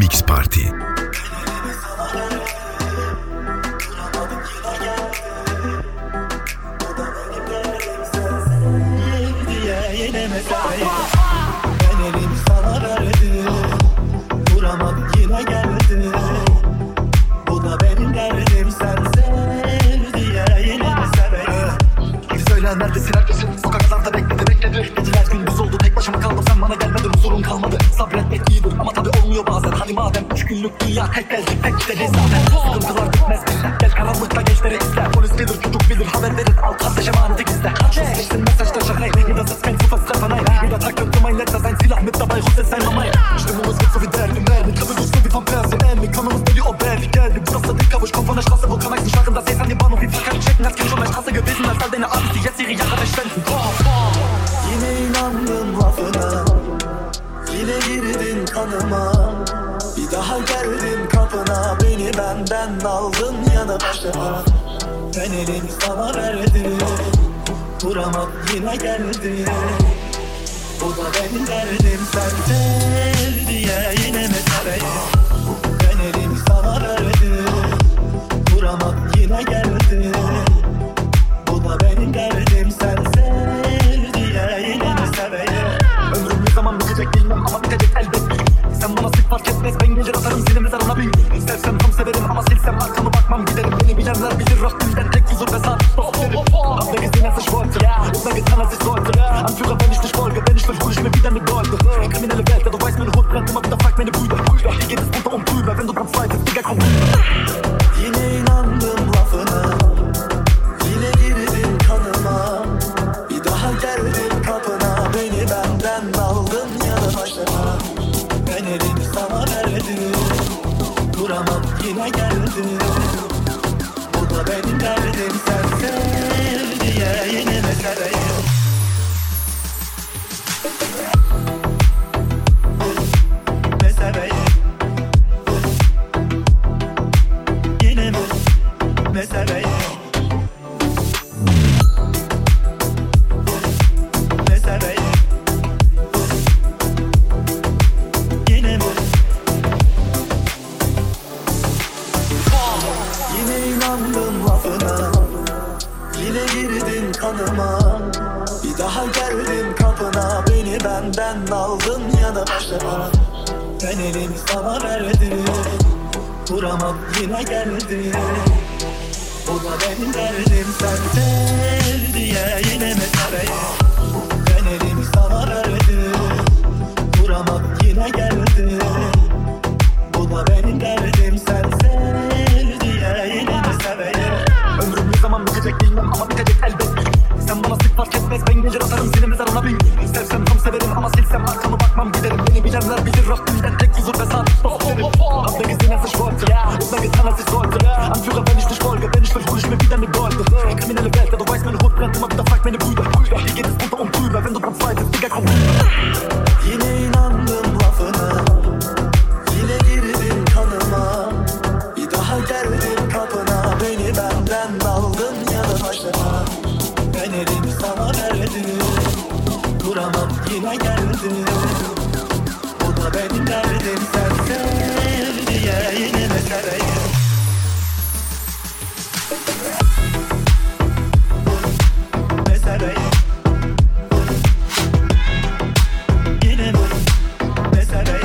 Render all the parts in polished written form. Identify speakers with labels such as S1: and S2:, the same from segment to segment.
S1: Mix Party.
S2: Ben elimi sana verdim, vuramadım yine geldi. Bu da benim derdim, sen sev diye yine mi seveyim?
S3: Söyle neredesin? Sokaklarda bekledi. Geceler gündüz oldu, tek başıma kaldım, sen bana gelmedin, huzurum kalmadı. Sabretmek iyidir ama tabi olmuyor bazen. Hadi madem 3 günlük dünya tek geldik, tek gideriz zaten. Sıkıntılar bitmez bizden, gel karanlıkta gençleri izle. Polis gelir, çocuk bilir, haber verir, al kardeş emaneti gizle. Schlechten Messerstecher, hey, das ist kein Zufallstreffer, nein. Jeder Tag könnte mein letzter sein, Silah mit dabei, Russ ist sein Mama. Stimmung ist so wie der im Meer, mit Kribbelus so wie von Persien, mit kanımız deli o belli geldi. Burası dik kavuş, komm von der Straße, wo kann ich nicht schlagen, das an die Bahnhof, wie verkannt checken, als Kind schon der Straße gewesen, als all deine Abends, die jetzt ihre Jahre verschwenden.
S2: Yine inandım lafına, yine girdin kanıma. Bir daha geldim kapına, beni benden aldın yanı başıma. Ben elimi sana verdim, vuramam yine geldi. Bu da benim derdim, sen sev diye yine mi seveyim? Ben elimi sana verdim, vuramam yine geldi. Bu da benim derdim, sen sev diye yine mi seveyim?
S3: Ömrüm ne zaman bitecek bilmem ama bitecek elbet. Sen bana sık fark etmez, ben gelir atarım seni mezarına bil. Sevsem tam severim ama silsem arkamı bakmam giderim. Beni bilenler bilir Rabbimden tek huzur ve saat. Hab mir gesehen, als ich wollte, und dann getan, als ich sollte. Anführer, wenn ich nicht folge, wenn ich will, hol ich mir wieder mit Leute. Kriminelle Welt, ja du weißt, meine Hut brennt immer wieder, frag meine Brüder. Hier geht es runter und drüber, wenn du dran zweifelst, Digga, komm rüber.
S2: Yine inandım lafına, yine girdin kanıma. Bir daha geldim kapına, beni benden aldın yanı başıma. Ben elimi sana verdim, duramam yine geldi. Bu da benim derdim, sen sev diye yine mi seveyim? Ne seveyim? Yine mi? Ne seveyim? Ne seveyim? Yine mi? Yine inandım lafına, yine girdin kanıma. Bir daha geldim kapına, beni benden aldın yanı başıma. Ben elimi sana verdim, vuramam yine geldi. Bu da benim derdim, sen sev diye yine mi seveyim? Ben elimi sana verdim, vuramam yine geldi. Bu da benim derdim, sen sev diye yine mi seveyim?
S3: Ömrüm ne zaman bitecek bilmem ama bitecek elbet. Sen bana sık fark etmez, ben gelir atarım seni mezarına bil. Sevsem tam severim ama silsem arkamı bakmam giderim. Beni bilenler bilir Rabbimden tek huzur ve saat. Hab mir gesehen, als ich wollte, und dann getan, als ich sollte. Anführer, wenn ich nicht folge, wenn ich will, hol ich mir wieder mit Leute. Kriminelle Welt, ja du weißt, meine Hut brennt immer wieder, frag meine Brüder. Hier geht es runter und drüber, wenn du dran zweifelst, Digga, komm rüber.
S2: Yine inandım lafına, yine girdin kanıma. Bir daha geldim kapına, beni benden aldın yanı başıma. Ben elimi sana verdim, duramam yine geldi. Bu da benim derdim, sen sev diye yine mi seveyim? Ne seveyim? Yine mi? Ne seveyim?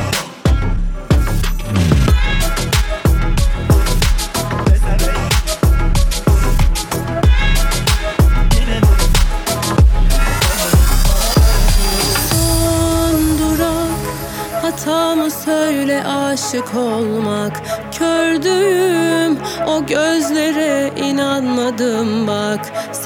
S2: Ne seveyim? Yine mi?
S4: Son durak, hatamı söyle, aşık olmak. Kördüğüm o gözlere inanmadım bak.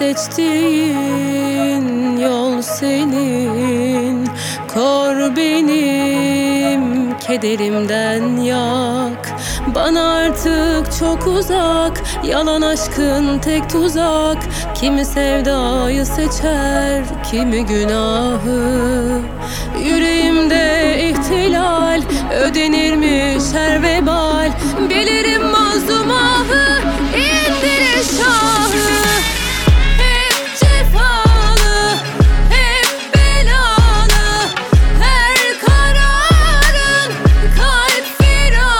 S4: Seçtiğin yol senin, kor benim kederimden yak. Bana artık çok uzak, yalan aşkın tek tuzak. Kimi sevdayı seçer, kimi günahı. Yüreğimde ihtilal, ödenirmiş her vebal. Bilirim mazlum ahı, indirir şahı. Hep cefalı, hep belalı. Her kararın kalp firar.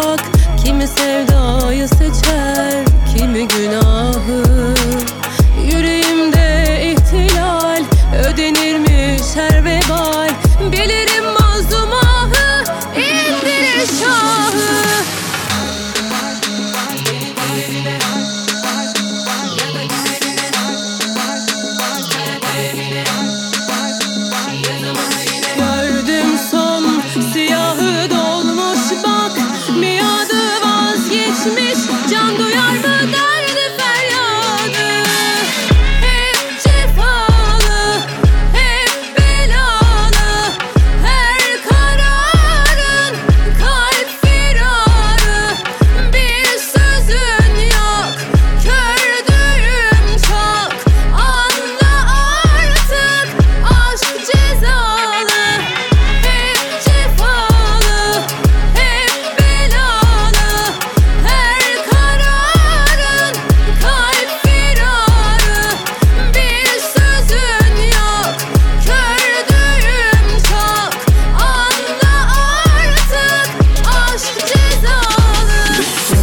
S4: bak. Kimi sevdayı seçer, kimi günahı. Yüreğimde ihtilal, ödenirmiş her vebal. Bilirim mazlum ahı, indirir şahı. Gördüm son siyahı dolmuş bak. Miadı vazgeçmiş, can duyar mı derdi feryadı. Hep cefalı, hep belalı. Her kararın kalp firarı. Bir sözün yok, kördüğüm çok. Anla artık aşk cezalı. Hep cefalı, hep belalı. Her kararın kalp firarı. Bir sözün yok, kördüğüm çok. Anla artık aşk cezalı.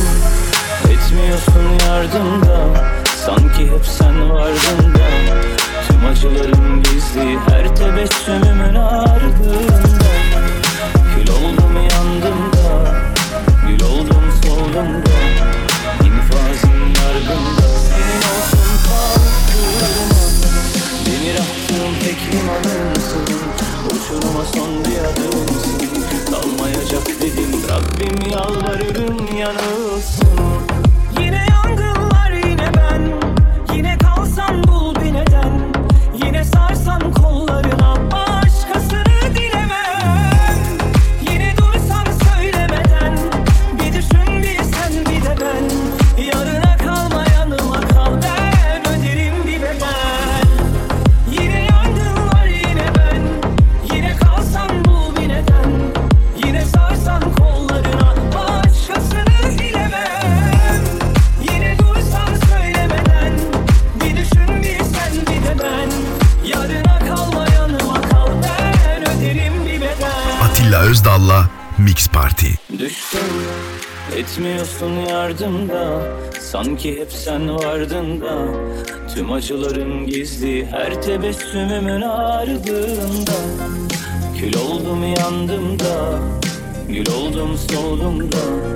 S1: Etmiyorsun yardımda, sanki hep sen vardın da. Tüm acılarım gizli, her tebessümümün ardında. Kül oldum yandım da, gül oldum soldum da. İnfazın yargında, senin olsun kalkırma. Demir attığım tek limanımsın, uçuruma son bir adımsın. Kalmayacak dedim, Rabbim yalvarırım yanılsın. Yine yangınlar, yine ben. Yine kalsan bul bir neden. Yine sarsan kollarına, başkasını dilemem. Yine dursan söylemeden. Bir düşün bir sen bir de ben. Yarına kalma yanıma kal, ben öderim bir bedel. Yine yangınlar, yine ben. Yine kalsan bul bir neden. Yine sarsan kollarına, başkasını dilemem. Yine dursan söylemeden. Bir düşün bir sen bir de ben. Yarına kalma yanıma kal, ben öderim bir bedel.
S5: Atilla Özdal'la Mix Party.
S1: Düştüm, etmiyorsun yardımda, sanki hep sen vardın da. Tüm acılarım gizli, her tebessümümün ardında. Kül oldum yandım da, gül oldum soldum da.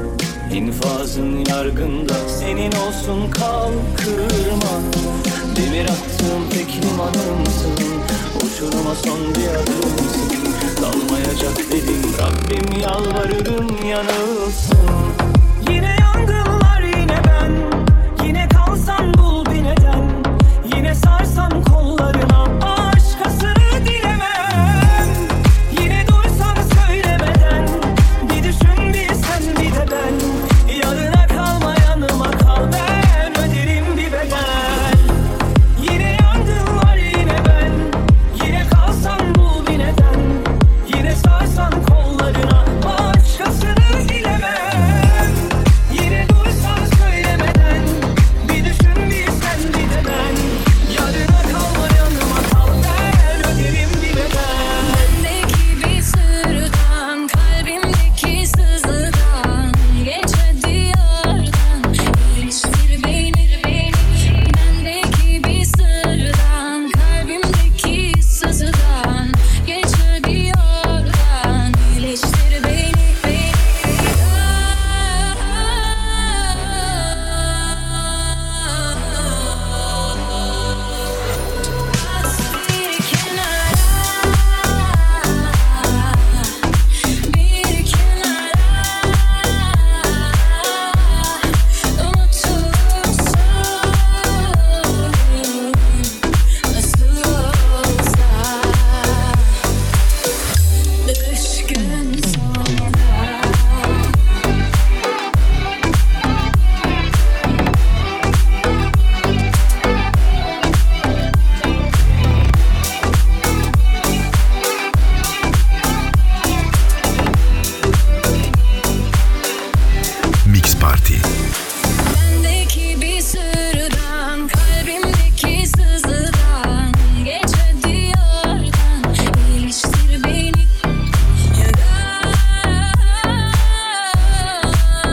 S1: İnfazın yargında, senin olsun kalkırma. Demir attığım tek limanımsın, uçuruma son bir adımsın. Kalmayacak dedim, Rabbim yalvarırım yanılsın. Yine yangınlar, yine ben. Yine kalsan bul bir neden. Yine sarsan kollarına, başkasını dilemem. Yine dursan söylemeden. Bir düşün bir sen bir de ben. Yarına kalma yanıma kal, ben öderim bir bedel. Yine yangınlar, yine ben. Yine kalsan bul bir neden. Yine sarsan kollarına, başkasını dilemem. Yine dursan söylemeden. Bir düşün bir sen bir de ben. Yarına kalma yanıma kal, ben öderim bir bedel.
S6: Bendeki bir sırdan, kalbimdeki sızıdan. Geç hadi yardan, iyileştir beni. Bendeki bir sırdan, kalbimdeki sızıdan. Geç hadi yardan, iyileştir beni. Bir kenara, bir kenara. Unutursun nasıl olsa. Üç gün sonra.
S5: Mix Party.
S6: Bendeki bir sırdan, kalbimdeki sızıdan. Geç hadi yardan, iyileştir beni.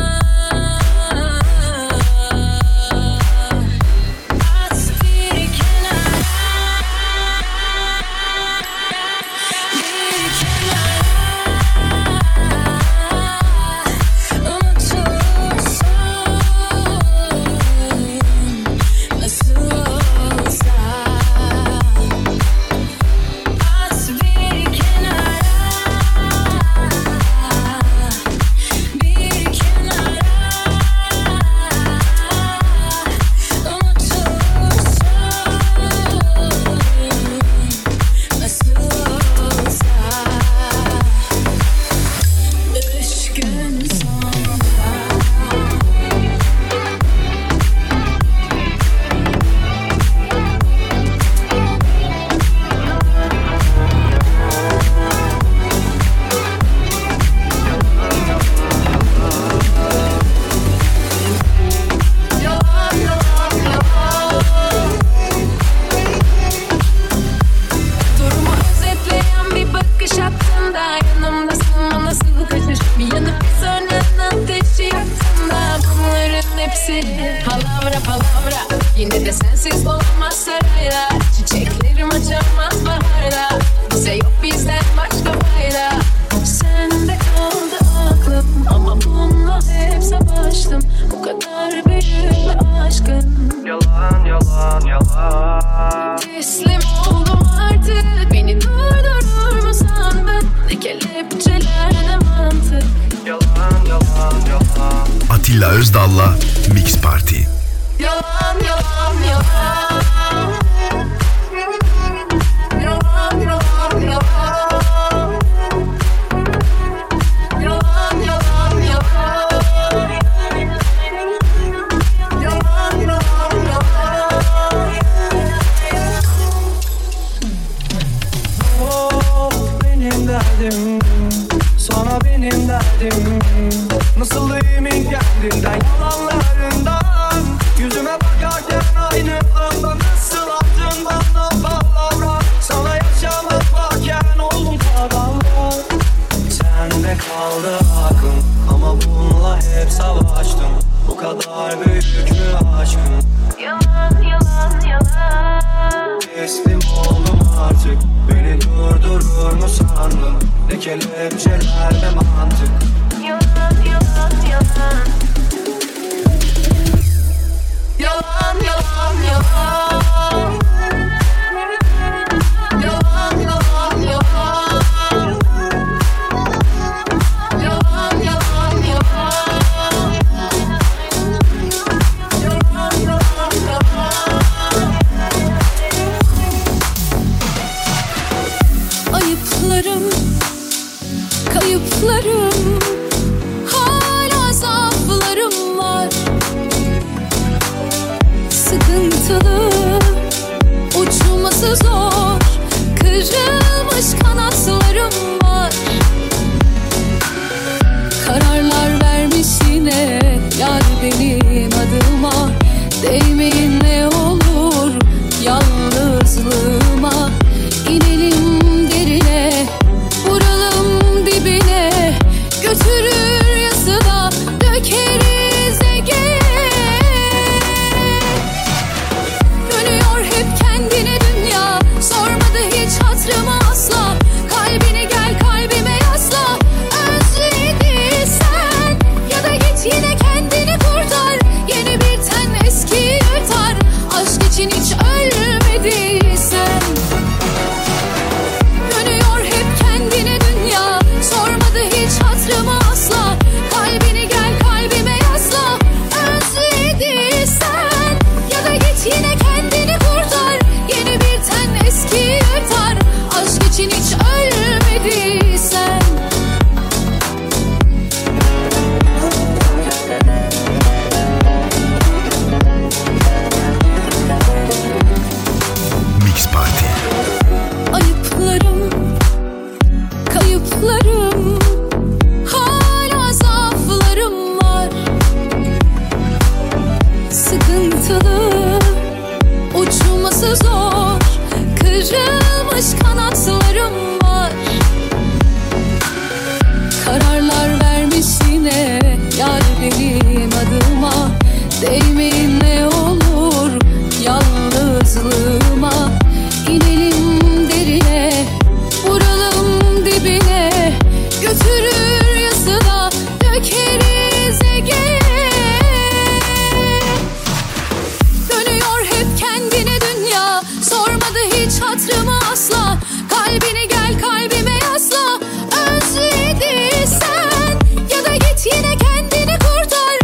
S4: seni. Palavra palavra, yine de sensiz olamaz saraylar. Çiçeklerim açamaz baharda, bize yok bizden başka fayda. Sende kaldı aklım ama bununla hep savaştım. Bu kadar büyük bir aşkın.
S7: Yalan yalan yalan.
S4: Teslim oldum artık, beni durdurur mu sandın? Ne kelepçeler ne mantık.
S7: Yalan yalan yalan.
S5: Atilla Özdal'la Mix Party.
S4: Yalan yalan yalan. Yalan yalan yalan. Yalan yalan yalan. Yalan yalan yalan.
S2: Oh, benim derdim, sana benim derdim. Nasıl emin kendinden, yalanlarından. Yüzüme bakarken aynı anda nasıl attın bana palavra. Sana yaşamak varken oldum palavra. Sende kaldı aklım ama bununla hep savaştım. Bu kadar büyük mü aşkım?
S4: Yalan yalan yalan.
S2: Teslim oldum artık, beni durdurur mu sandın? Ne kelepçeler ne mantık.
S4: Yalan yalan yalan. Yalan yalan yalan. Yalan yalan yalan. Yalan yalan yalan. Yalan yalan yalan. Ayıplarım, kayıplarım, hala zaaflarım var. Sıkıntılı, uçması zor, kırılmış kanatlarım var. Kararlar vermiş yine yar benim adıma. Değmeyin ne olur yalnızlığıma. İnelim derine, vuralım dibine. Götürür yası da dökeriz Ege'ye. Dönüyor hep kendine dünya, sormadı hiç hatırımı asla. Kalbini gel kalbime yasla. Özlediysen ya da git yine kendini kurtar. Yeni bir ten eski yutar. Aşk için hiç ölmediysen. Dönüyor hep kendine dünya, sormadı hiç hatırımı asla. Kalbini gel kalbime yasla. Özlediysen ya da git yine kendini kurtar. Yeni bir ten eski yutar. Aşk için hiç ölmediysen.
S5: Mix Party.
S4: Ayıplarım, kayıplarım, hala zaaflarım var. Sıkıntılı, uçması zor, kırılmış kanatlarım var. Kararlar vermiş yine yar benim adıma. Değmeyin ne olur yalnızlığıma. İnelim derine, vuralım dibine. Götürür yası da dökeriz Ege'ye. Dönüyor hep kendine dünya, sormadı hiç hatırımı asla. Kalbini gel kalbime yasla. Özlediysen ya da git yine kendini kurtar.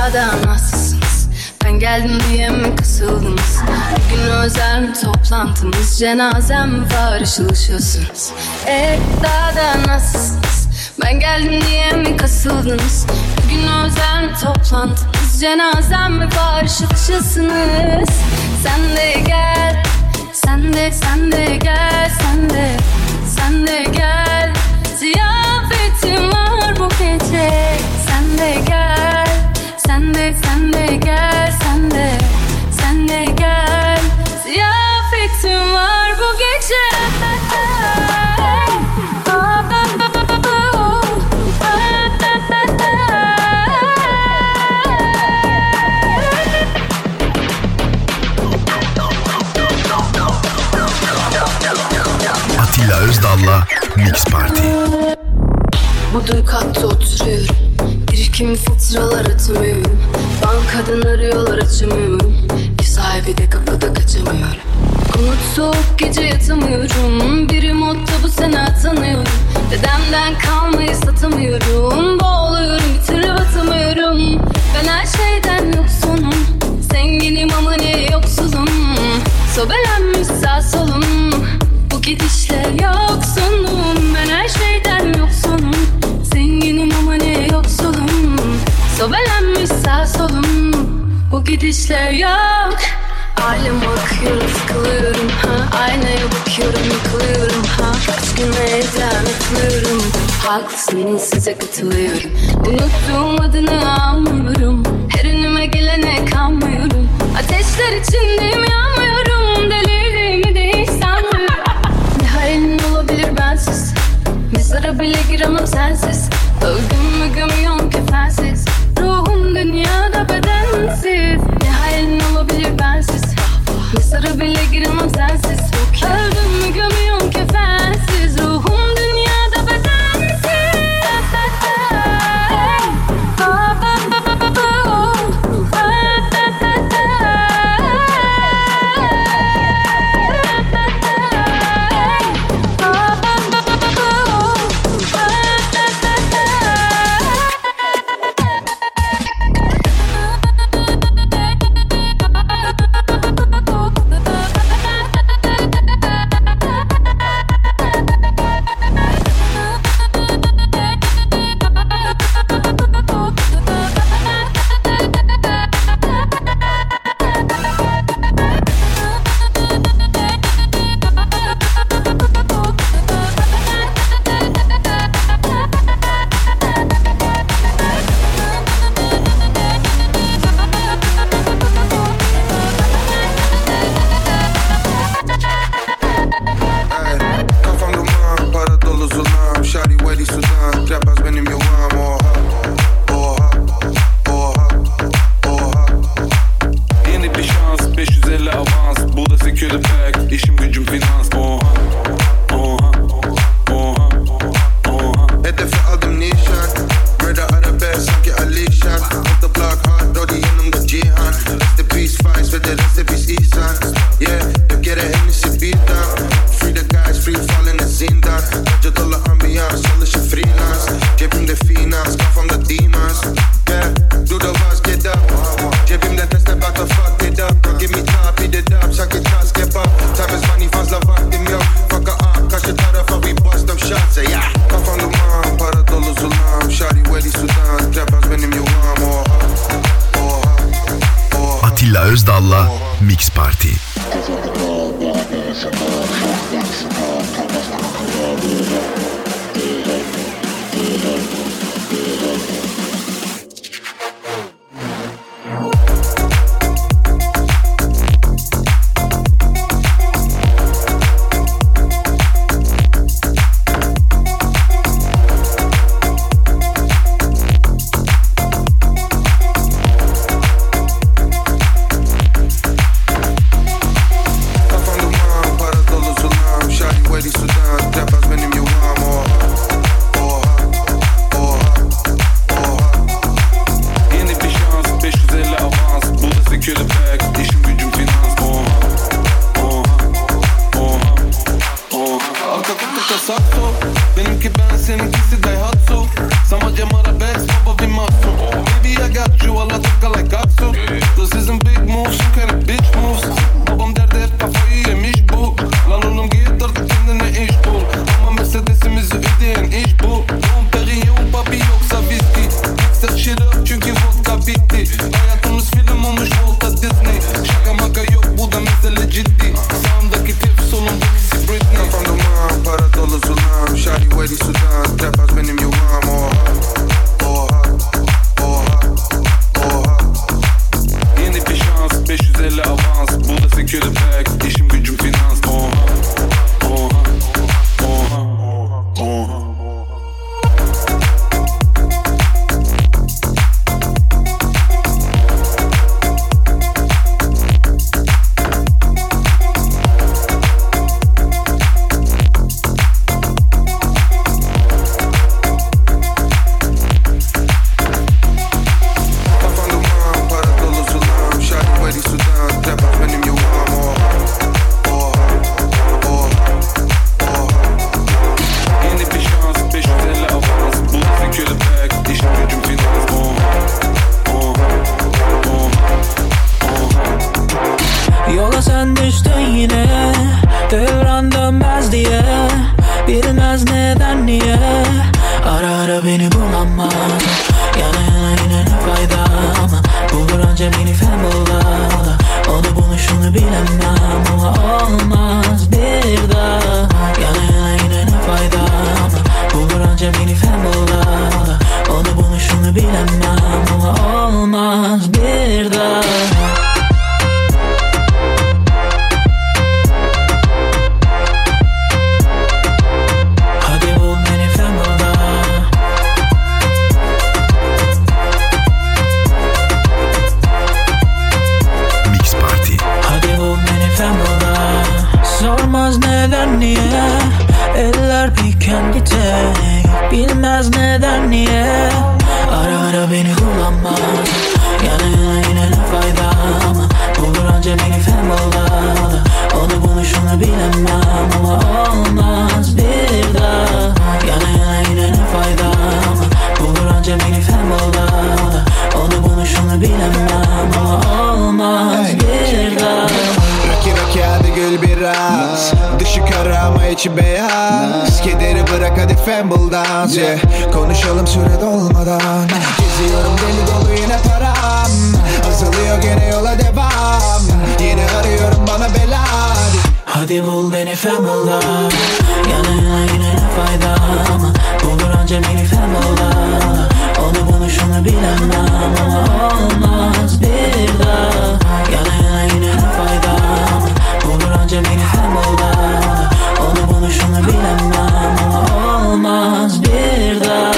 S4: daha nasılsınız? Ben geldim diye mi kasıldınız? Bugün özel mi toplantımız? Cenazem mi var ışılışıyorsunuz? Daha da nasılsınız? Ben geldim diye mi kasıldınız? Bugün özel mi toplantımız? Cenazem mi var ışılışıyorsunuz? Sen de gel, sen de gel, sen de gel. Ziyafetim var bu gece. Sen de gel, sen de gel, sen de gel. Ziyafetim var bu gece.
S5: Atilla Özdal'la Mix Party.
S4: Bu katta oturuyorum, birikim fıtralar atamıyorum. Bankadan arıyorlar açamıyorum, ev sahibi de kapıda kaçamıyorum. Konut soğuk gece yatamıyorum, biri modda bu sene atanıyorum. Dedemden kalmayı satamıyorum, boğuluyorum bir türlü batamıyorum. Ben her şeyden yoksunum, zenginim ama ne yoksulum. Sobelenmiş sağ solum, bu gidişle yoksunum. Ben her şeyden yoksunum, zenginim ama ne yoksulum. Sobelenmiş sağ solum, bu gidişle yok. Alem bakıyorum sıkılıyorum ha, aynaya bakıyorum yıkılıyorum ha. Kaç gün evden yıkılıyorum, haklısın size katılıyorum. Unuttuğum adını anlıyorum, her önüme gelene kanmıyorum. Ateşler içindeyim yanmıyorum, delirdiğimi de hiç sanmıyorum. Ne hayalin olabilir bensiz, mezara bile giremem sensiz. Öldüm mü gömüyorum kefensiz, ruhum dünyada bedensiz. Ne hayalin olabilir bensiz, mezara bile giremem sensiz. Öldüm mü gömüyorum kefensiz, ruhum dünyada bedensiz.
S5: Atilla Özdal'la Mix Party.
S8: got you, alla takka like Aksu. This isn't big moves, some kind of bitch moves. Babam derdi hep kafayı yemiş bu. Lan oğlum git artık kendine iş bul. Ama Mercedes'imizi ödeyen iş bu. Don Perignon papi yoksa viski. Mixer shit up çünkü vodka bitti. Hayatımız film olmuş Volta Disney. Şaka maka yok bu da mesele ciddi. Sağımdaki tip solumdaki Britney. Kafam duman para dolu sulam. Şari Wedi Sudan. Trapaz benim yuvam. Oha. Yeni bir şans 550 avans. Bu da secure back. İşim gücüm finans.
S1: Yola sen düştün yine, devran dönmez diye. Bilmez neden niye, ara ara beni bulamaz. Yana yana yine ne fayda, ama bulur anca beni fembola. Onu bunu şunu bilemem, ama olmaz bir daha. Yana yana yine ne fayda, ama bulur anca beni fembola. Onu bunu şunu bilemem, ama olmaz bir daha. Sormaz neden niye, eller bir kendi tek. Bilmez neden niye, ara ara beni kullanmaz. Yana yana yine ne fayda, ama bulur anca beni fembola. Onu bunu şunu bilemem, ama olmaz bir daha. Yana yana yine ne fayda, ama bulur anca beni fembola. Onu bunu şunu bilemem, ama olmaz bir daha.
S9: Rocky hadi gül biraz. Dışı kara ama içi beyaz. Kederi bırak hadi fumble dans, yeah. Konuşalım süre dolmadan. Geziyorum deli dolu yine param. Azalıyor gene yola devam. Yine arıyorum bana bela.
S1: Hadi bul beni fumble. Yana yana yine ne fayda, ama bulur anca beni fumble. Onu bunu şunu bilemem, ama olmaz bir daha. Yana yana yine ne fayda, ama bulur anca beni fembola. Onu bunu şunu bilemem, ama olmaz bir daha.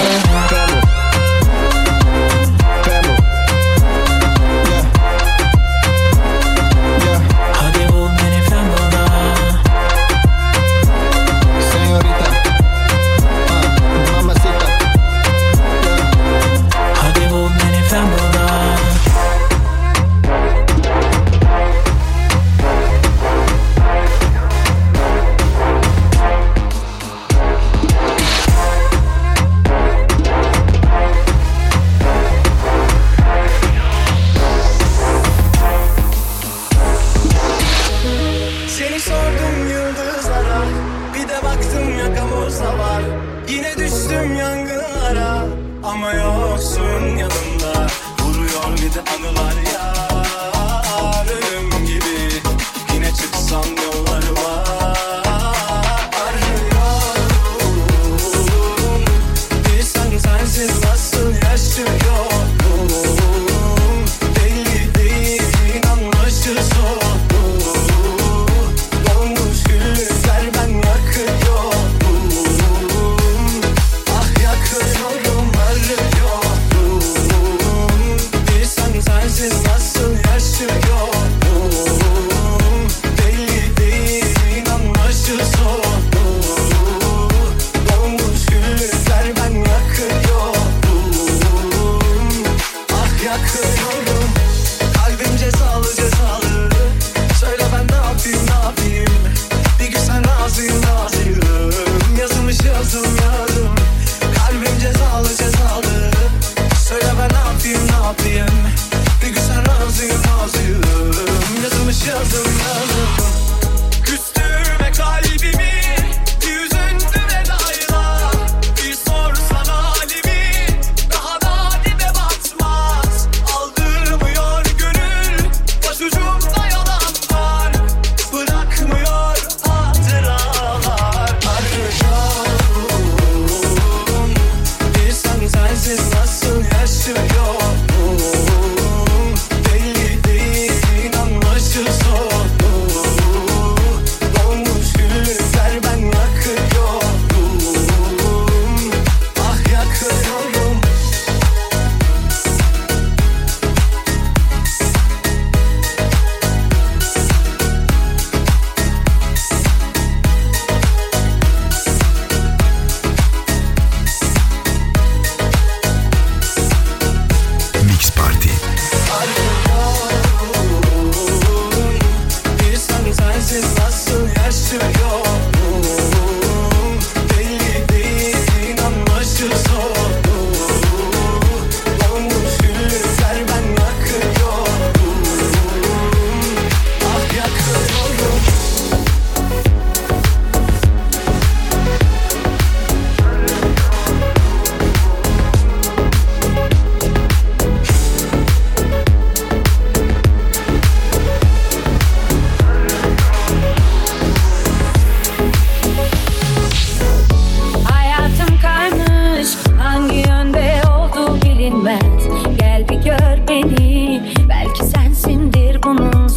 S1: Hadi bul beni fembola.
S9: Señorita, mamacita.
S1: Hadi bul beni fembola.
S2: Seni sordum yıldızlara, bir de baktım yakamızda var. Yine düştüm yangınlara, ama yoksun yanımda. Vuruyor bir de anılar ya, ölüm gibi. Yine çıksam yollarıma, arıyorum. Bilsen sensiz nasıl yaşıyorum. Belli değil, anlaşır zor. Donmuş güller ben yakıyorum. Ah yakıyorum, arıyorum. Bilsen sensiz nasıl yaşıyorum. Belli değil, anlaşır zor. Donmuş güller ben yakıyorum.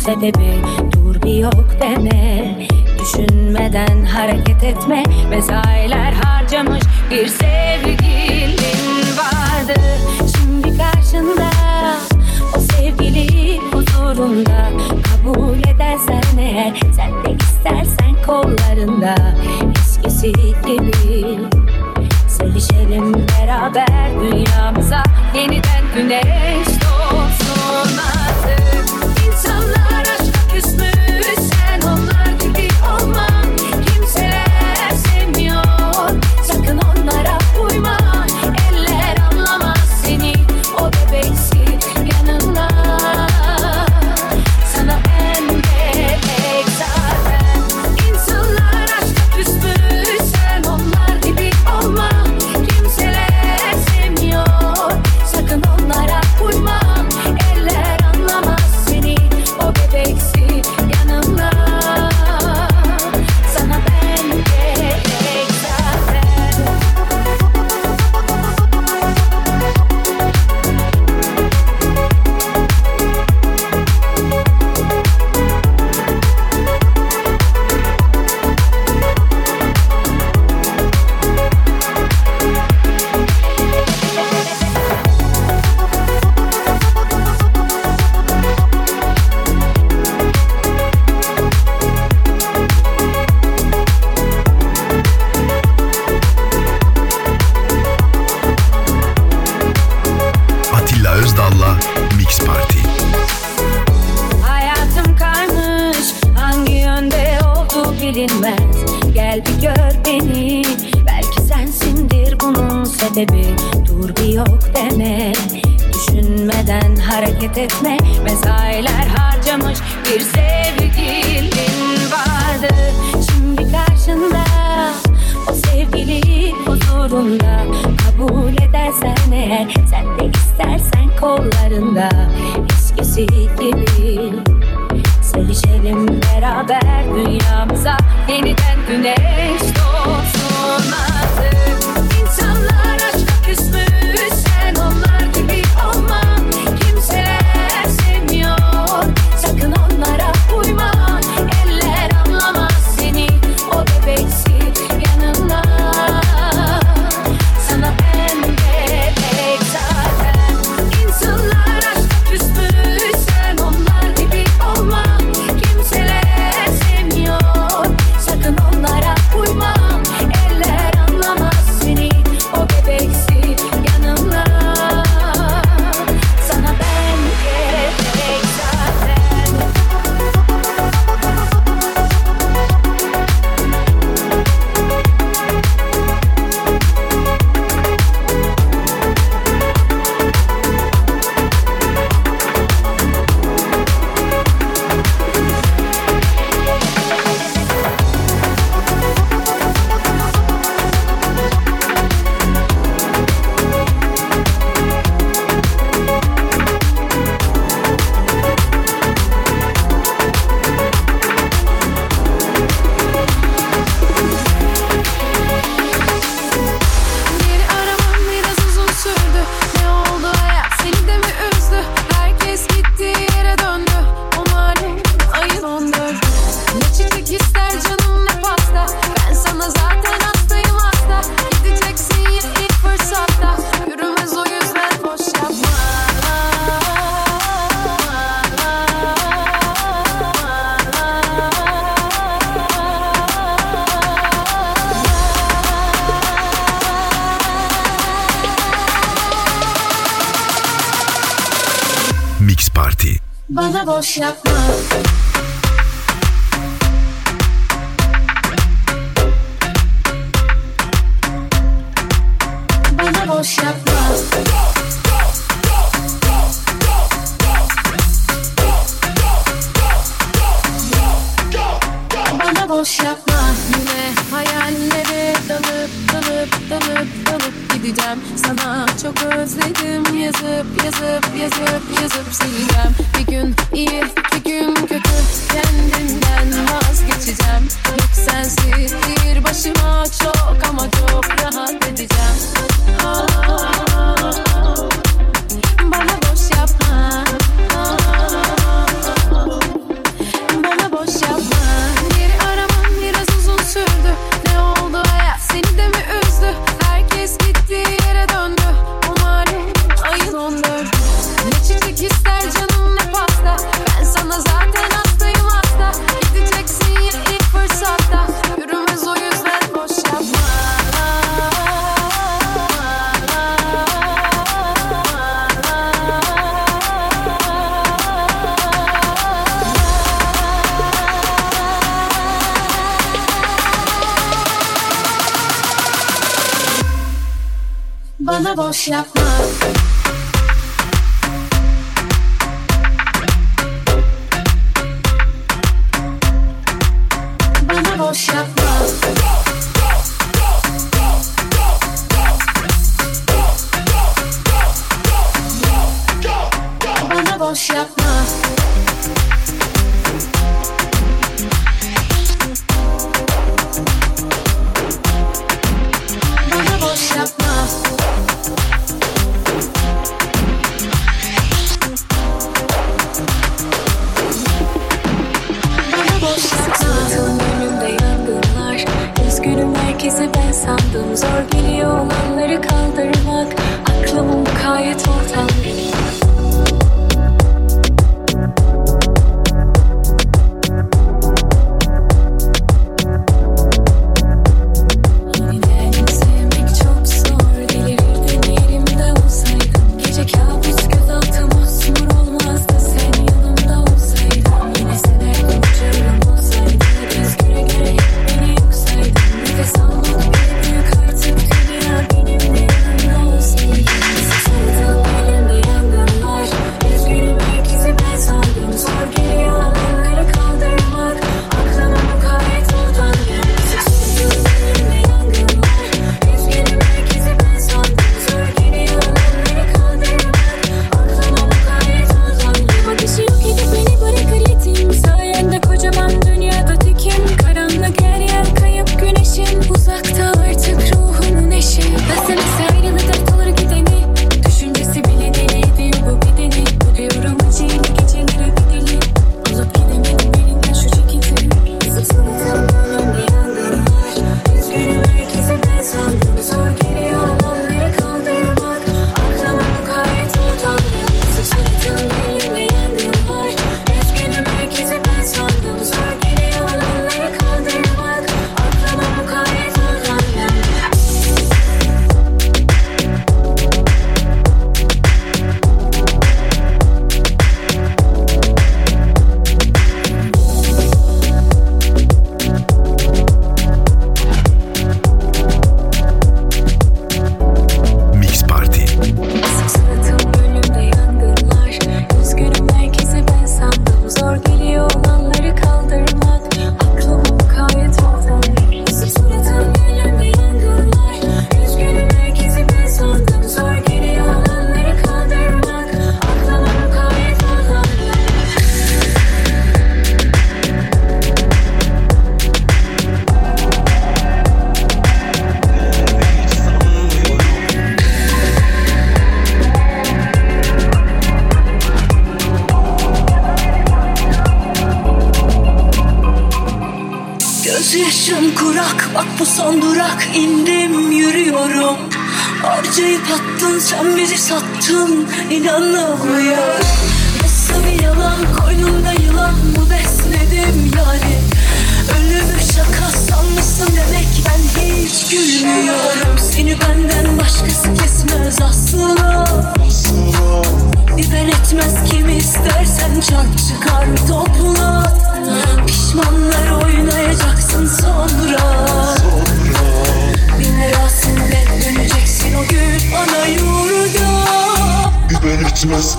S6: sebebi dur bir yok deme. Düşünmeden hareket etme. Mesailer harcamış bir sevgilin vardı. Şimdi karşında o sevgili huzurunda. Kabul edersen eğer, sen de istersen kollarında. Eskisi gibi sevişelim beraber, dünyamıza yeniden güneş doğsun artık. İnsanlar aşka küsmüş, sen onlar gibi olma. Kimseler sevmiyor, sakın onlara uyma. Eller anlamaz seni, o bebeksi yanında. Sana ben gerek zaten. İnsanlar aşka küsmüş, sen onlar gibi olma. Kimseler sevmiyor, sakın onlara uyma. Eller anlamaz seni, o bebeksi yanımda. Sana ben gerek zaten.
S5: Atilla Özdal'la Mix Party.
S6: Hayatım kaymış, hangi yönde oldu bilinmez. Gel bir gör beni, belki sensindir bunun sebebi. Dur bir yok deme, düşünmeden hareket etme. Mesailer harcamış bir sevgilin vardı. Şimdi karşında o sevgili huzurunda. Kabul edersen eğer, sen de istersen kollarında. Eskisi gibi sevişelim beraber, dünyamıza yeniden güneş doğsun artık. İnsanlar aşka küsmüş, sen onlar gibi olma. Kimseler sevmiyor, sakın onlara uyma. Eller anlamaz seni, o bebeksi yanında. Sana ben gerek zaten. İnsanlar aşka küsmüş, sen onlar gibi olma. Kimseler sevmiyor, sakın onlara uyma. Eller anlamaz seni, o bebeksi yanımda. Sana ben gerek zaten.
S4: Beni aramam biraz uzun sürdü. Ne oldu hayat, seni de mi üzdü? Herkes gittiği yere döndü. O malum ayın 14'ü. Ne çiçek ister canım, ne pasta. Ben sana zaten hastayım hasta. Gideceksin ya ilk fırsatta. Yürümez o yüzden boş yapma.
S5: Mix Party.
S4: Bana boş yapma. Bana boş yapma. Bana boş yapma. Yine hayallere dalıp dalıp dalıp dalıp gideceğim. Sana çok özledim, yazıp yazıp yazıp yazıp sileceğim. Bir gün iyi, bir gün kötü, kendimden vazgeçeceğim. Yok sensiz bir başıma çok ama çok rahat edeceğim. Bana boş yapma.
S6: Bana boş yapma. Bana boş yapma. Bana boş yapma. Bana boş yapma. Bana boş yapma.
S10: Önümde yangınlar. Üzgünüm herkese ben sandım. Zor geliyor olanları kaldırmak. Aklımın mukayyet ortam benim.
S1: Gözyaşım kurak, bak bu son durak. İndim yürüyorum. Harcayıp attın, sen bizi sattın. İnanamıyorum. Nasıl bir yalan, koynumda yılan mı besledim yani. Ölümü şaka sanmışsın demek, ben hiç gülmüyorum. Seni benden başkası kesmez asla. Biber etmez kim istersen, çarp çıkar topla. Pişmanlar oynayacaksın sonra. Bir merasimle döneceksin o gün bana yurda.
S2: Biber etmez.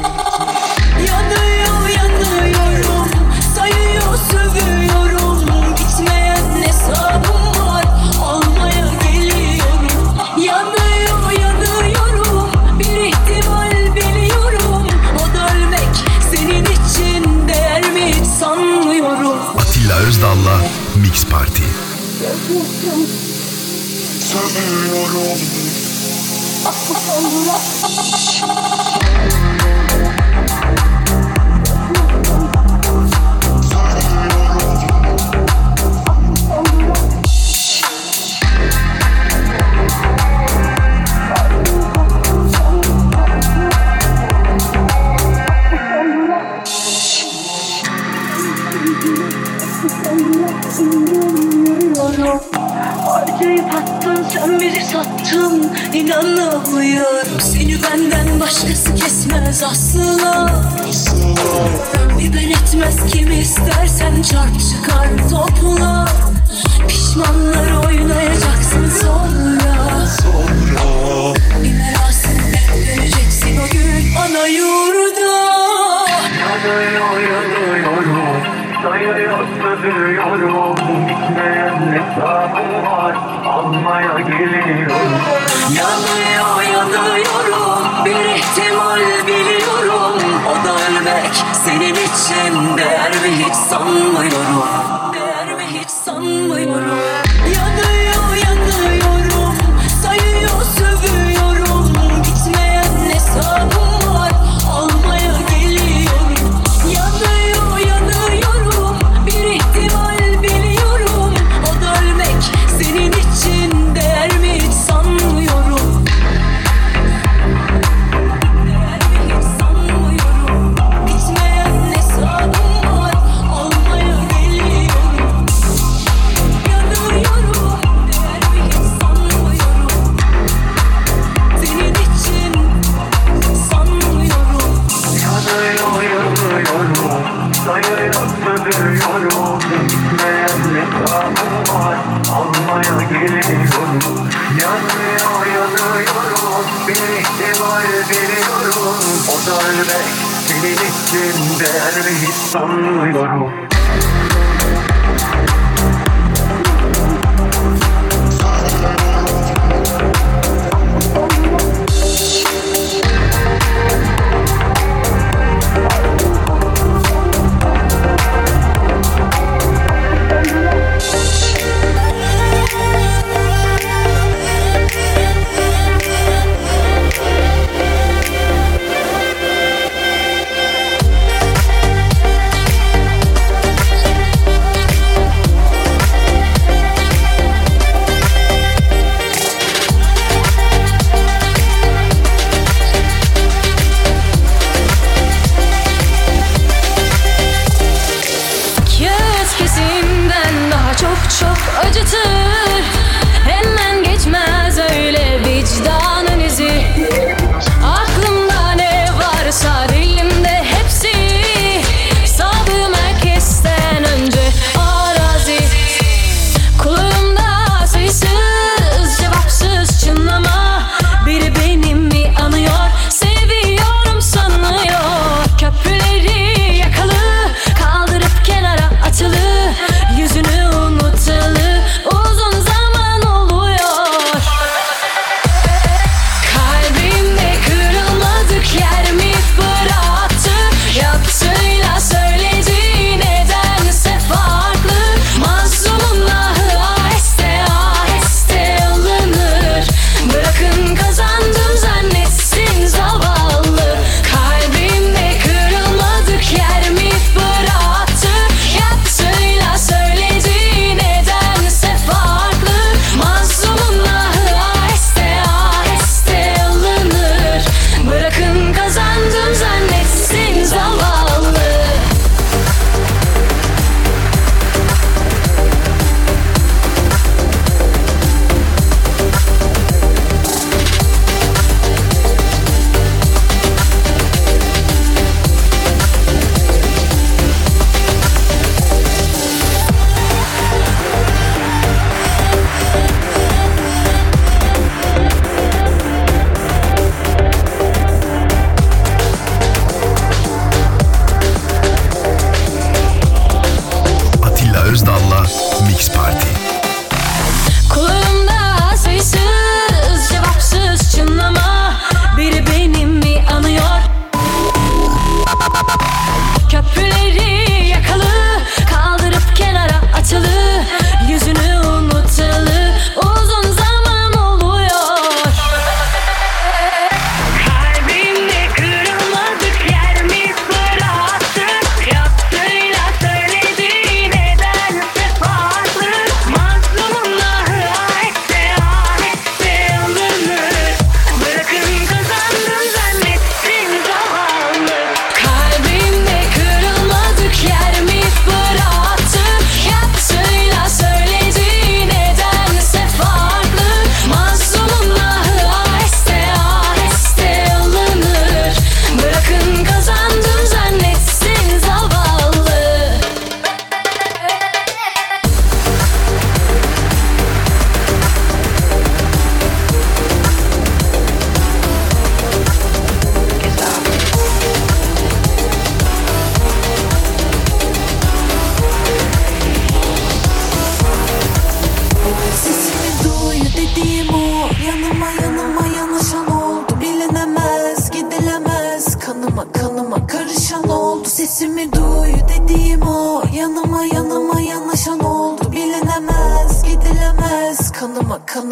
S1: Yanıyor yanıyorum, sayıyor sövüyorum. Bitmeyen hesabım var, almaya geliyorum. Yanıyor yanıyorum, bir ihtimal biliyorum. O da ölmek senin için değer mi hiç sanmıyorum.
S5: Atilla Özdal'la Mix Party.
S2: Seviyorum.
S1: Harcayıp attın, sen bizi sattın. İnanamıyorum. Seni benden başkası kesmez asla. Biber etmez kim istersen, çarp çıkar topla. Pişmanlar oynayacaksın sonra.
S11: Sayıyor sövüyorum, bitmeyen hesabım var, almaya geliyorum.
S12: Yanıyorum, bir ihtimal biliyorum. O da ölmek senin için değer mi hiç sanmıyorum. Değer mi hiç sanmıyorum. Yanıyorum, sayıyor sövüyorum. Bitmeyen hesabım var, almaya geliyorum. Yanıyorum, bir ihtimal biliyorum. O da ölmek senin için değer mi hiç sanmıyorum. Değer mi hiç sanmıyorum. Bitmeyen hesabım var, almaya geliyorum. Yanıyorum, değer mi hiç sanmıyorum. Senin için sanmıyorum.
S11: Yanıyorum, sayıyor sövüyorum, bitmeyen hesabım var, almaya geliyorum. Yanıyorum, bir ihtimal biliyorum. O da ölmek senin için değer mi hiç sanmıyorum.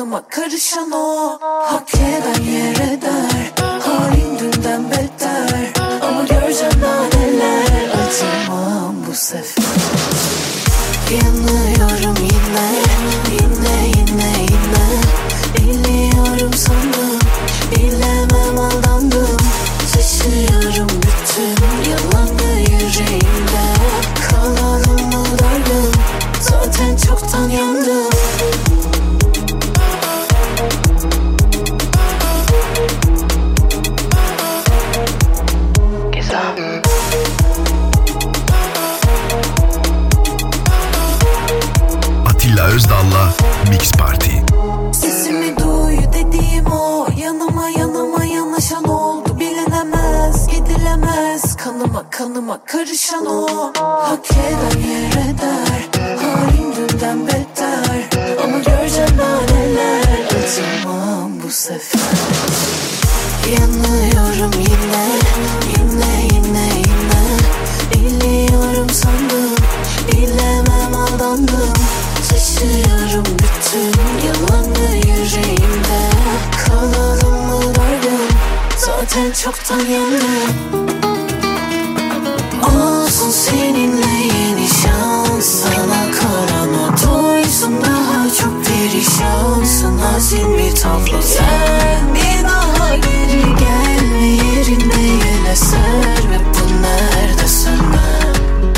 S6: kanıma karışan o. Hak eden yer eder, halin dünden beter. Ama göreceğim daha neler, acımam bu sefer. Yanıyorum yine, yine, yine, yine. Biliyorum sandım, bilemem aldandım. Şaşıyorum bütün yalanı yüreğimde. Kalalım mı dargın, zaten çoktan yandım.
S5: Atilla Özdal'la Mix Party.
S6: Sesimi duy dediğim o. Yanıma yanıma yanaşan oldu. Bilinemez, gidilemez. Kanıma kanıma karışan o. Hak eden yer eder, halin dünden beter. Ama göreceğim daha neler, acımam bu sefer. Yanıyorum yine, yine, yine, yine. Biliyorum sandım, bilemem aldandım. Şaşıyorum bütün yalanı yüreğimde. Kalalım mı dargın, zaten çoktan yandım. Olsun seninle yeni şans, sana kalan o doysun. Daha çok perişansın, hazin bir tablo. Sen bir daha geri gelme, yerinde yel eser. Ve bu nerede sönmem.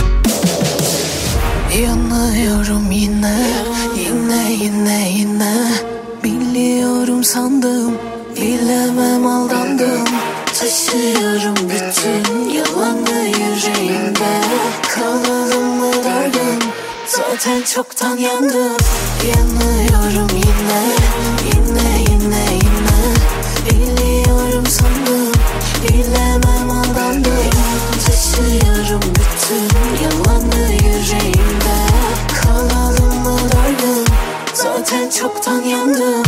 S6: Yanıyorum yine, yine, yine, yine. Biliyorum sandım, bilemem aldandım. Taşıyorum bütün yalanı yüreğimde. Kalalım mı dargın, zaten çoktan yandım. Yanıyorum yine, yine, yine, yine. Biliyorum sandım, bilemem aldandım. Taşıyorum bütün yalanı yüreğimde. Kalalım mı dargın, zaten çoktan yandım.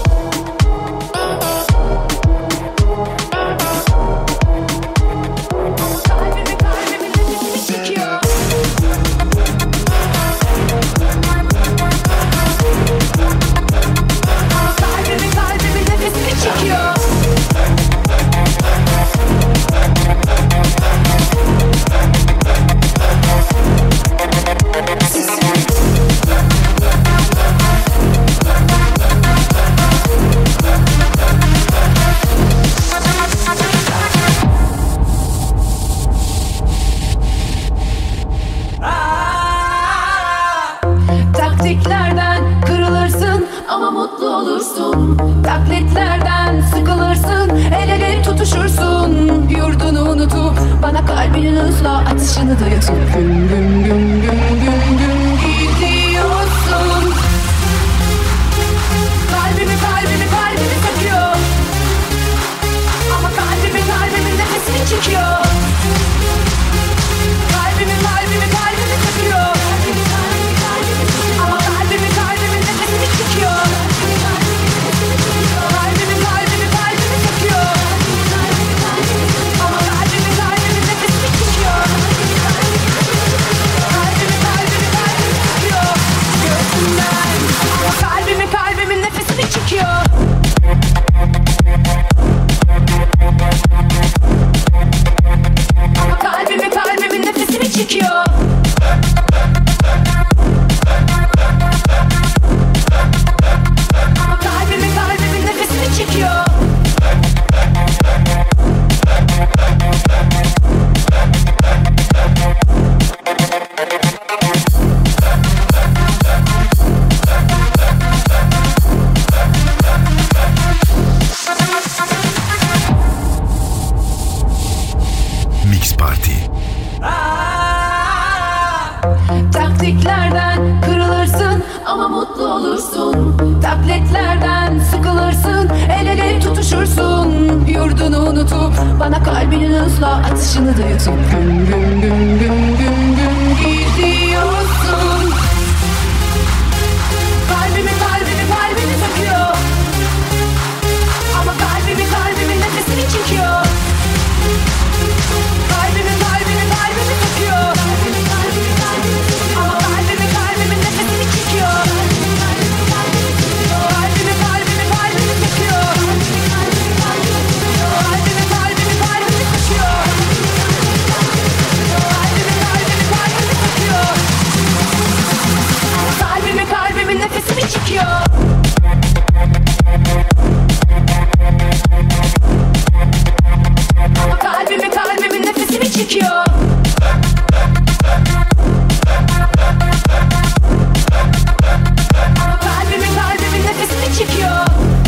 S4: Taktiklerden kırılırsın ama mutlu olursun. Taklitlerden sıkılırsın, el ele tutuşursun. Yurdunu unutup bana kalbinin hızla atışını dayatıp güm güm güm güm güm güm gidiyorsun. Kalbimi takıyor. Ama kalbimin nefesini çekiyor. Kalbimi takıyor. Ama kalbimin nefesini çekiyor. Kalbimi takıyor. Ama kalbimin nefesini çekiyor. Kalbimi takıyor. Göğsümden. Ama kalbimin nefesini çekiyor. Ama kalbimin nefesini çekiyor. Ama kalbimin nefesini çekiyor.
S5: Mix Party.
S4: Taktiklerden kırılırsın ama mutlu olursun. Tabletlerden sıkılırsın, el ele tutuşursun. Yurdunu unutup bana kalbinin hızla atışını dayatıp güm güm güm güm güm güm gidiyorsun. Kalbimi takıyor. Ama kalbimin nefesini çekiyor. Kalbimi takıyor. Ama kalbimin nefesini çekiyor. Kalbimi çekiyor. Kalbimin nefesini çekiyor.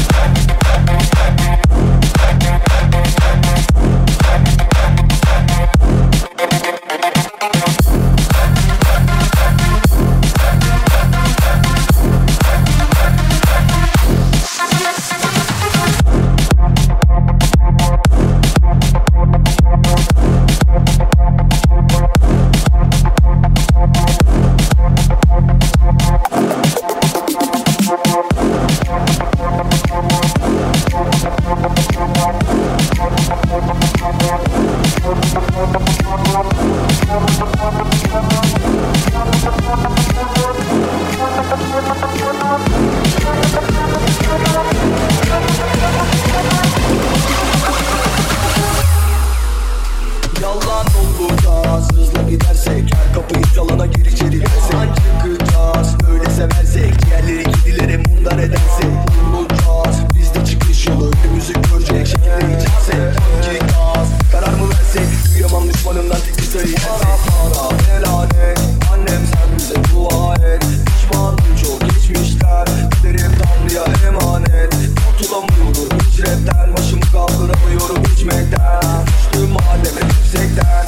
S3: Yalan olacağız, hızla gidersek her kapıyı çalana gir içeri girsek. Çıkacağız, öyle seversek diğerleri kedilere mundar edersek. Bulacağız, biz de çıkış yolu önümüzü görecek şekilde içersek. Hangi gaz, karar mı versek? Duyamam düşmanımdan tek bir sayı yersek. Para, helalet, annem sen bize dua et. Pişmanım çok geçmişler, giderim Tanrı'ya emanet. Kurtulamıyorum hiç rapten, başımı kaldıramıyorum içmekten. Düştüm mahalleme yüksekten,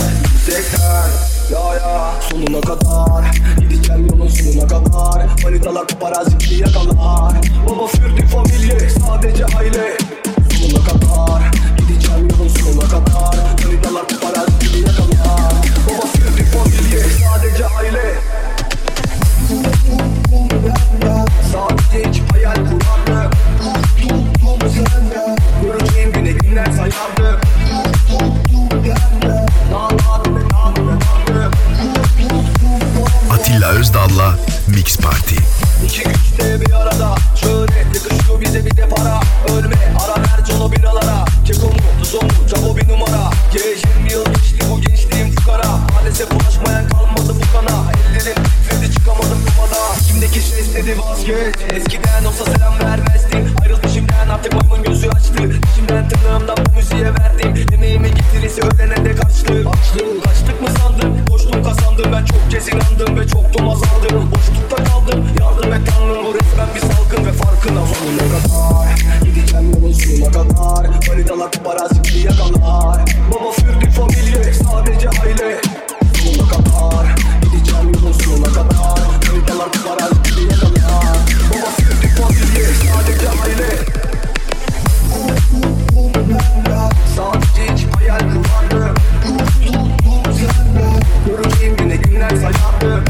S3: ya sonuna kadar gideceğim yolun sonuna kadar. Manitalar paparazzi bizi yakalar. Baba fürdü familye sadece aile. Sonuna kadar gideceğim yolun sonuna kadar. Manitalar paparazzi bizi yakalar. Baba fürdü familye sadece aile. Sadece hiç hayal kurardım. Göreceğim güne günler sayardım.
S5: Atilla Özdal'la Mix Party.
S3: İki güçte bir arada, şöhret yakışıyor bize bir de para. Ölme ara ver cano biralara. Keko mu tuzo mu cabo bir numara. Geç 20 yıl geçti bu gençliğim fukara. Maalesef ulaşmayan kalmadı bu kana. Ellerim titredi çıkamadım kafada. İçimdeki ses dedi vazgeç. Eskiden olsa selam vermezdim. Ayrıldı şimdiden artık maymun gözü açtı. Şimdiden tırnağımdan bu müziğe verdim. Emeğimin getirisi ödene de karşılık. Kaçtık mı sandın? Koştum kazandım. Ben çok kez inandım ve çoktum azaldım. Boşlukta kaldım. Yardım et Tanrım, bu resmen bir salgın ve farkına sonuna kadar. Gideceğim yolun sonuna kadar. Manitalar paparazzi bizi yakalar. Baba fürdü familye sadece aile. Sonuna kadar gideceğim yolun sonuna kadar. Manitalar paparazzi bizi yakalar. Baba fürdü familye sadece aile. Sadece hiç hayal kurardım. Göreceğim güne günler sayardım.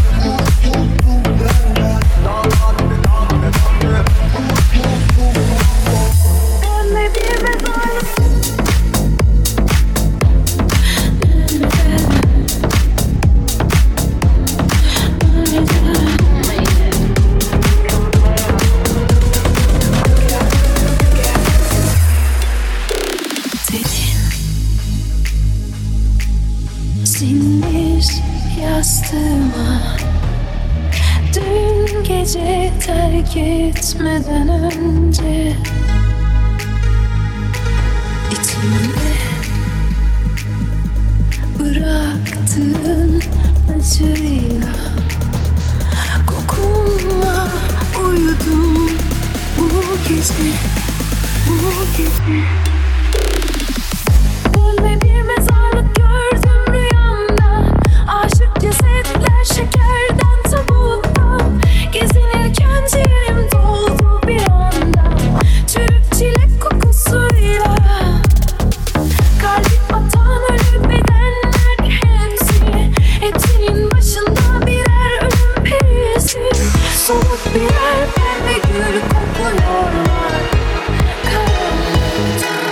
S10: Sinmiş yastığıma dün gece terk etmeden önce içimde bıraktığın acıyla kokunla uyudum bu gece, bu gece. Ölme bir mezarlık gördüm rüyamda. Aşık cesetler şekerden tabuttan. Gezinirken ciğerim doldu bir anda. Çürük çilek kokusuyla. Kalbim atan ölü bedenler hepsi. Hepsinin başında birer ölüm perisi. Soluk birer pembe gül kokuyorlar karanlıkta.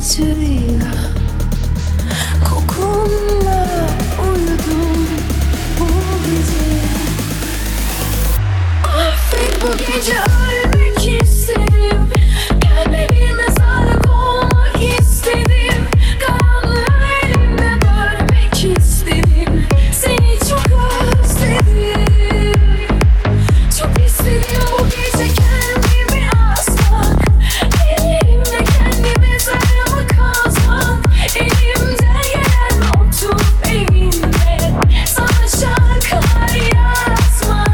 S6: acıyla, kokunla uyudum bu gece. Affet bu gece, ölmek istedim. Kalbe bir mezarlık olmak istedim. Karanlığı elimde bölmek istedim. Seni çok özledim. Çok istedim bu gece kendimi asmak. Ellerimle kendi mezarımı kazmak. Elimden gelen oturup elimde sana şarkılar yazmak.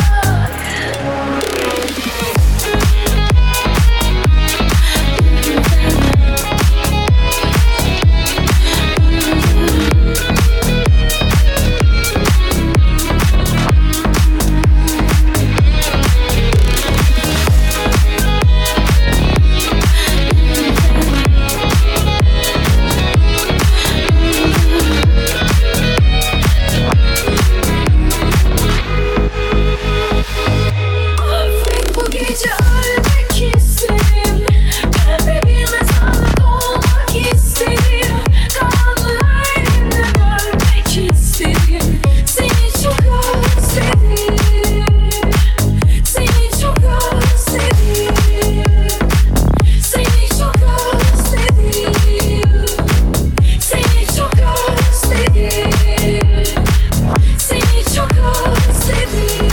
S6: Affet bu gece, ölmek istedim. Kalbe bir mezarlık olmak istedim. Karanlığı elimde bölmek istedim. Seni çok özledim. Seni çok özledim. Seni çok özledim. Seni çok özledim. Seni çok özledim.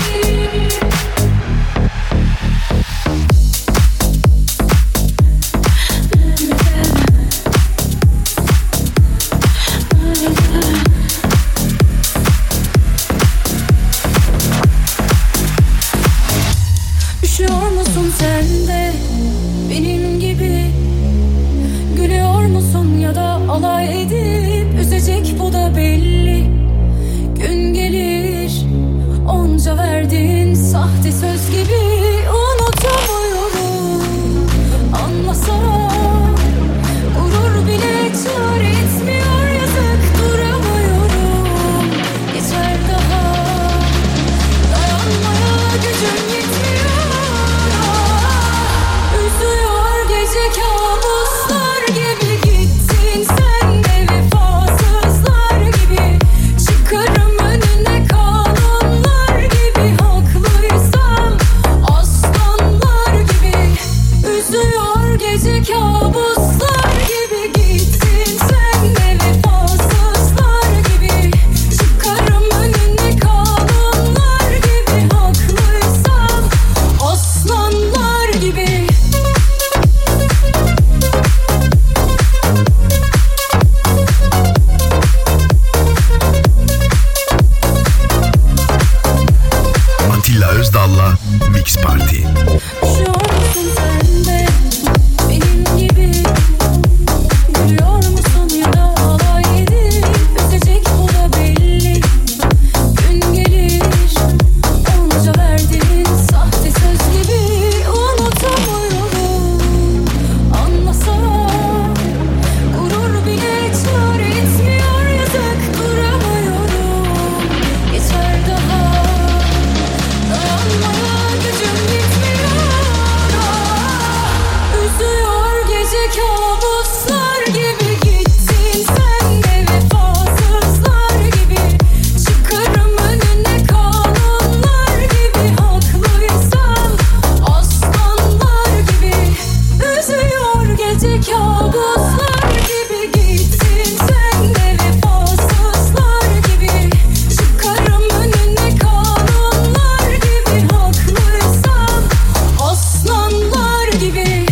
S6: Üşüyor musun sen de benim gibi? Gülüyor musun ya da alay edip üzecek, bu da belli. Gün gelir onca verdiğin sahte söz gibi unutamıyorum. Anlasam gurur bile çare etmiyor, yazık duramıyorum. Geçer daha dayanmaya gücüm yetmiyor. Üzüyor gece kabuslar gibi, gittin sen de vefasızlar gibi. Çıkarım önüne kanunlar gibi, haklıysam aslanlar gibi. Üzüyor gece kabuslar gibi, gittin sen de vefasızlar gibi. Çıkarım önüne kanunlar gibi, haklıysam aslanlar gibi.
S5: Atilla Özdal'la Mix Party.
S6: Üşüyor musun sen de benim gibi? Gülüyor musun ya da alay edip üzecek, bu da belli. Gün gelir onca verdiğin sahte söz gibi unutamıyorum. Anlasam gurur bile çare etmiyor, yazık duramıyorum. Geçer daha dayanmaya gücüm yetmiyor. Üzüyor gece kabuslar gibi, gittin sen de vefasızlar gibi. Çıkarım önüne kanunlar gibi, haklıysam aslanlar gibi. Üzüyor gece kabuslar gibi, gittin sen de vefasızlar gibi. Çıkarım önüne kanunlar gibi, haklıysam aslanlar gibi.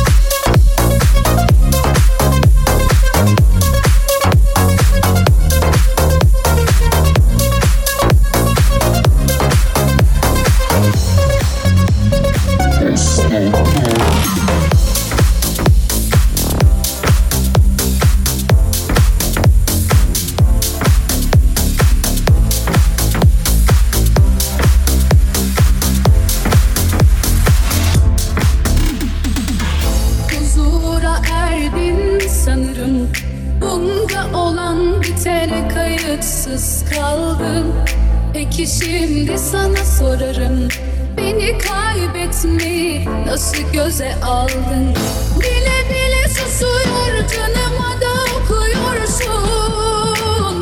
S6: Huzura erdin sanırım. Bunca olan bitene kayıtsız kaldın. Peki şimdi sana sorarım, beni kaybetmeyi nasıl göze aldın? Bile bile susuyorum. canıma da okuyorsun.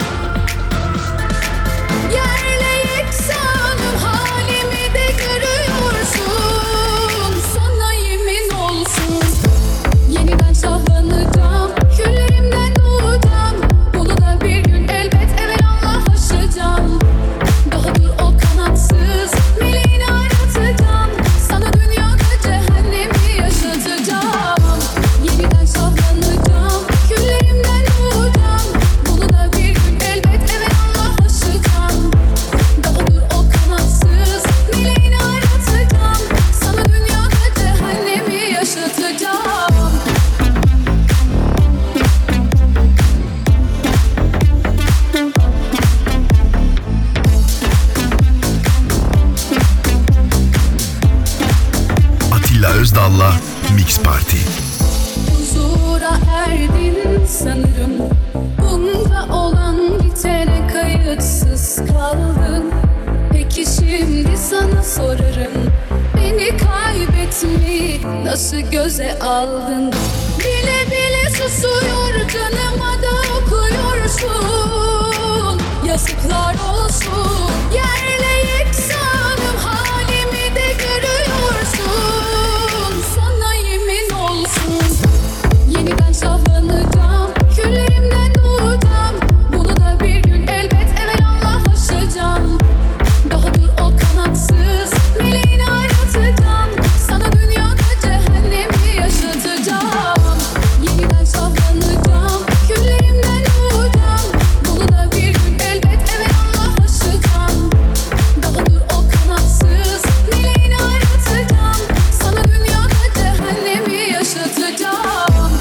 S6: Yerle yeksanım, halimi de görüyorsun. Sana yemin olsun, yeniden şahlanacağım, küllerimden doğacağım. Bunu da bir gün elbet evelallah aşacağım. Daha dur o kanatsız meleğini aratacağım. Sana dünyada cehennemi yaşatacağım. Yeniden şahlanacağım, küllerimden doğacağım. Bunu da bir gün elbet evelallah aşacağım. Daha dur o kanatsız meleğini aratacağım. Sana dünyada cehennemi yaşatacağım.
S5: Atilla Özdal'la Mix Party.
S6: Huzura erdin sanırım. Bunda olan bitene kayıtsız kaldın. Peki şimdi sana sorarım, beni kaybetmeyi nasıl göze aldın? Bile bile susuyor, canıma da okuyorsun. Yazıklar olsun, yerle yeksanım, halimi de görüyorsun. Sana yemin olsun, yeniden şahlanacağım, küllerimden doğacağım. Bunu da bir gün elbet evelallah aşacağım. Daha dur o kanatsız meleğini aratacağım. Sana dünyada cehennemi yaşatacağım. Yeniden şahlanacağım, küllerimden doğacağım. Bunu da bir gün elbet evelallah aşacağım. Daha dur o kanatsız meleğini aratacağım. Sana dünyada cehennemi yaşatacağım.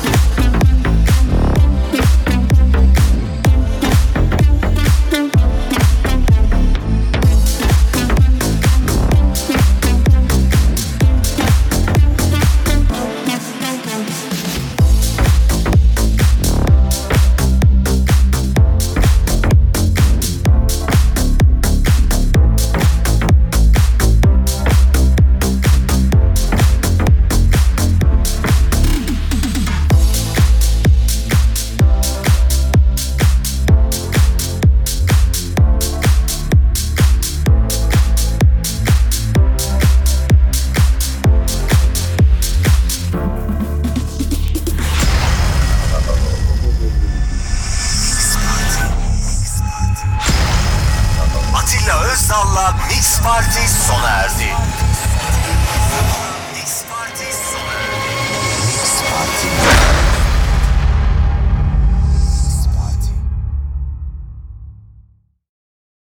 S13: Atilla Özdal'la Mix Party sona erdi.